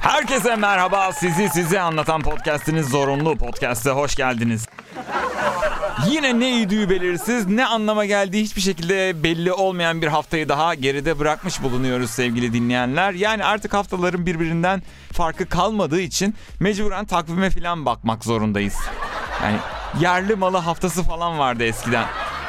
Herkese merhaba. Sizi anlatan podcast'iniz Zorunlu Podcast'e hoş geldiniz. Yine ne idüğü belirsiz, ne anlama geldiği hiçbir şekilde belli olmayan bir haftayı daha geride bırakmış bulunuyoruz sevgili dinleyenler. Yani artık haftaların birbirinden farkı kalmadığı için mecburen takvime falan bakmak zorundayız. Yani yerli malı haftası falan vardı eskiden.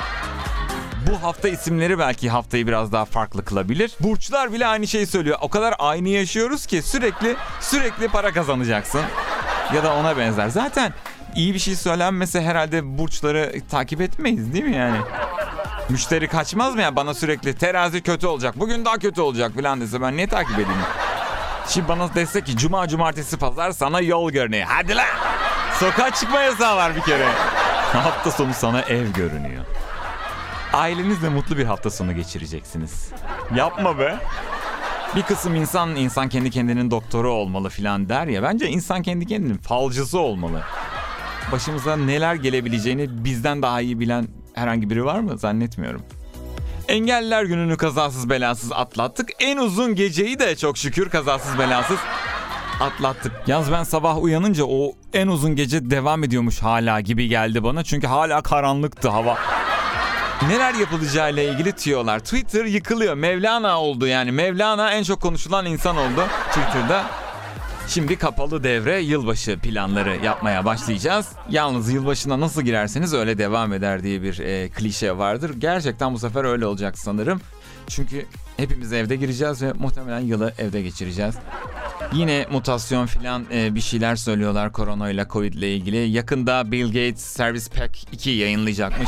Bu hafta isimleri belki haftayı biraz daha farklı kılabilir. Burçlar bile aynı şeyi söylüyor. O kadar aynı yaşıyoruz ki sürekli para kazanacaksın. Ya da ona benzer. Zaten iyi bir şey söylenmese herhalde burçları takip etmeyiz değil mi yani? Müşteri kaçmaz mı ya bana sürekli terazi kötü olacak, bugün daha kötü olacak falan dese ben niye takip edeyim? Şimdi bana dese ki cuma, cumartesi, pazar sana yol görünüyor. Hadi lan! Sokağa çıkma yasağı var bir kere. Hafta sonu sana ev görünüyor. Ailenizle mutlu bir hafta sonu geçireceksiniz. Yapma be. Bir kısım insan kendi kendinin doktoru olmalı filan der ya. Bence insan kendi kendinin falcısı olmalı. Başımıza neler gelebileceğini bizden daha iyi bilen herhangi biri var mı? Zannetmiyorum. Engelliler gününü kazasız belasız atlattık. En uzun geceyi de çok şükür kazasız belasız atlattık. Yalnız ben sabah uyanınca o en uzun gece devam ediyormuş hala gibi geldi bana. Çünkü hala karanlıktı hava. Neler yapılacağıyla ilgili tüyolar. Twitter yıkılıyor. Mevlana oldu yani. Mevlana en çok konuşulan insan oldu Twitter'da. Şimdi kapalı devre yılbaşı planları yapmaya başlayacağız. Yalnız yılbaşına nasıl girerseniz öyle devam eder diye bir klişe vardır. Gerçekten bu sefer öyle olacak sanırım. Çünkü hepimiz evde gireceğiz ve muhtemelen yılı evde geçireceğiz. Yine mutasyon filan bir şeyler söylüyorlar koronayla, Covid ile ilgili. Yakında Bill Gates Service Pack 2 yayınlayacakmış.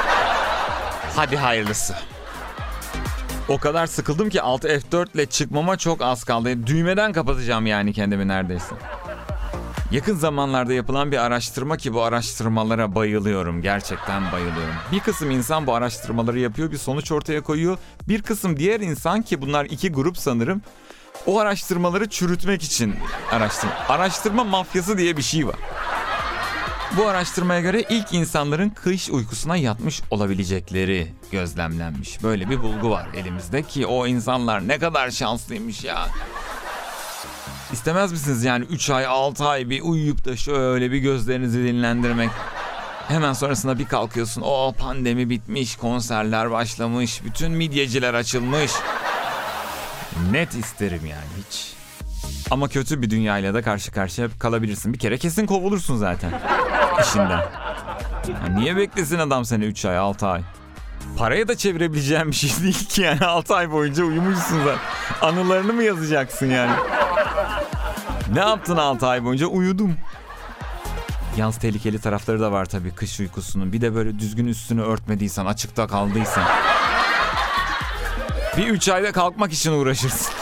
Hadi hayırlısı. O kadar sıkıldım ki Alt F4 ile çıkmama çok az kaldı. Düğmeden kapatacağım yani kendimi neredeyse. Yakın zamanlarda yapılan bir araştırma ki bu araştırmalara bayılıyorum. Gerçekten bayılıyorum. Bir kısım insan bu araştırmaları yapıyor, bir sonuç ortaya koyuyor. Bir kısım diğer insan ki bunlar iki grup sanırım. O araştırmaları çürütmek için araştırma mafyası diye bir şey var. Bu araştırmaya göre ilk insanların kış uykusuna yatmış olabilecekleri gözlemlenmiş. Böyle bir bulgu var elimizde ki o insanlar ne kadar şanslıymış ya. İstemez misiniz yani 3 ay 6 ay bir uyuyup da şöyle bir gözlerinizi dinlendirmek. Hemen sonrasında bir kalkıyorsun, o pandemi bitmiş, konserler başlamış, bütün midyeciler açılmış. Net isterim yani hiç. Ama kötü bir dünyayla da karşı karşıya kalabilirsin. Bir kere kesin kovulursun zaten işinden. Ya niye beklesin adam seni 3 ay 6 ay? Paraya da çevirebileceğin bir şey değil ki yani 6 ay boyunca uyumuşsun zaten. Anılarını mı yazacaksın yani? Ne yaptın 6 ay boyunca? Uyudum. Yalnız tehlikeli tarafları da var tabii kış uykusunun. Bir de böyle düzgün üstünü örtmediysen, açıkta kaldıysan. Bir 3 ayda kalkmak için uğraşırsın.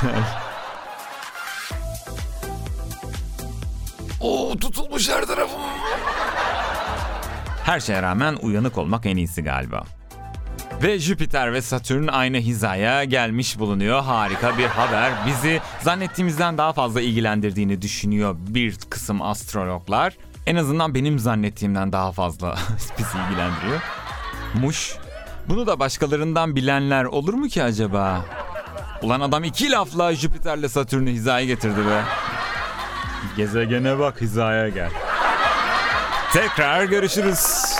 Oo, tutulmuş her tarafım. Her şeye rağmen uyanık olmak en iyisi galiba. Ve Jüpiter ve Satürn aynı hizaya gelmiş bulunuyor. Harika bir haber. Bizi zannettiğimizden daha fazla ilgilendirdiğini düşünüyor bir kısım astrologlar. En azından benim zannettiğimden daha fazla bizi ilgilendiriyor. Bunu da başkalarından bilenler olur mu ki acaba? Ulan adam 2 lafla Jüpiter'le Satürn'ü hizaya getirdi be. Gezegene bak, hizaya gel. Tekrar görüşürüz.